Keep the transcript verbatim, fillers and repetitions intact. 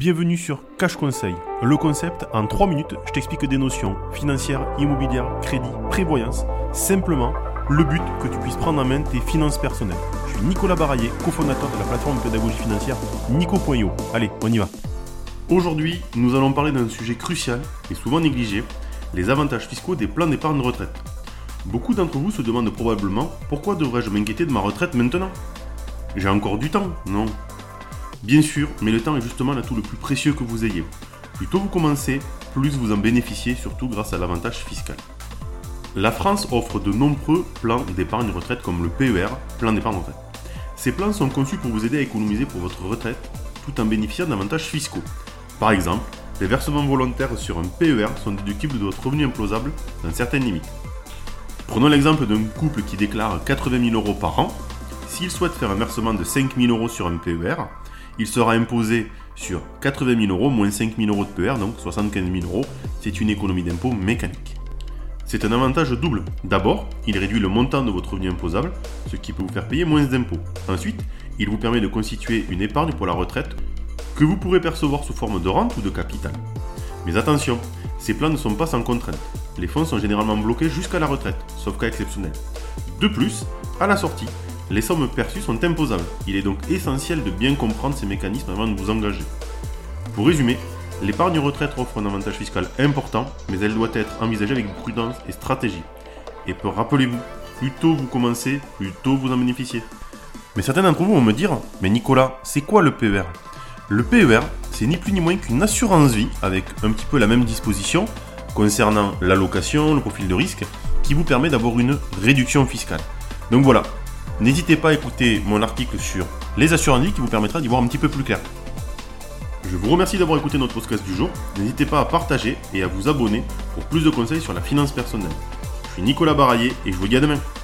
Bienvenue sur Cash Conseil. Le concept, en trois minutes, je t'explique des notions financières, immobilières, crédit, prévoyance. Simplement, le but que tu puisses prendre en main tes finances personnelles. Je suis Nicolas Baraillé, cofondateur de la plateforme de pédagogie financière Nico point io. Allez, on y va. Aujourd'hui, nous allons parler d'un sujet crucial et souvent négligé, les avantages fiscaux des plans d'épargne retraite. Beaucoup d'entre vous se demandent probablement pourquoi devrais-je m'inquiéter de ma retraite maintenant ? J'ai encore du temps, non ? Bien sûr, mais le temps est justement l'atout le plus précieux que vous ayez. Plus tôt vous commencez, plus vous en bénéficiez, surtout grâce à l'avantage fiscal. La France offre de nombreux plans d'épargne retraite comme le P E R, plan d'épargne retraite. Ces plans sont conçus pour vous aider à économiser pour votre retraite tout en bénéficiant d'avantages fiscaux. Par exemple, les versements volontaires sur un P E R sont déductibles de votre revenu imposable dans certaines limites. Prenons l'exemple d'un couple qui déclare quatre-vingt mille euros par an. S'il souhaite faire un versement de cinq mille euros sur un P E R, il sera imposé sur quatre-vingt mille euros moins cinq mille euros de P E R, donc soixante-quinze mille euros. C'est une économie d'impôt mécanique. C'est un avantage double. D'abord, il réduit le montant de votre revenu imposable, ce qui peut vous faire payer moins d'impôts. Ensuite, il vous permet de constituer une épargne pour la retraite que vous pourrez percevoir sous forme de rente ou de capital. Mais attention, ces plans ne sont pas sans contrainte. Les fonds sont généralement bloqués jusqu'à la retraite, sauf cas exceptionnel. De plus, à la sortie, les sommes perçues sont imposables. Il est donc essentiel de bien comprendre ces mécanismes avant de vous engager. Pour résumer, l'épargne retraite offre un avantage fiscal important, mais elle doit être envisagée avec prudence et stratégie. Et pour rappelez-vous, plus tôt vous commencez, plus tôt vous en bénéficiez. Mais certains d'entre vous vont me dire, mais Nicolas, c'est quoi le P E R ? Le P E R, c'est ni plus ni moins qu'une assurance vie avec un petit peu la même disposition concernant l'allocation, le profil de risque, qui vous permet d'avoir une réduction fiscale. Donc voilà. N'hésitez pas à écouter mon article sur les assurances-vie qui vous permettra d'y voir un petit peu plus clair. Je vous remercie d'avoir écouté notre podcast du jour. N'hésitez pas à partager et à vous abonner pour plus de conseils sur la finance personnelle. Je suis Nicolas Baraillé et je vous dis à demain.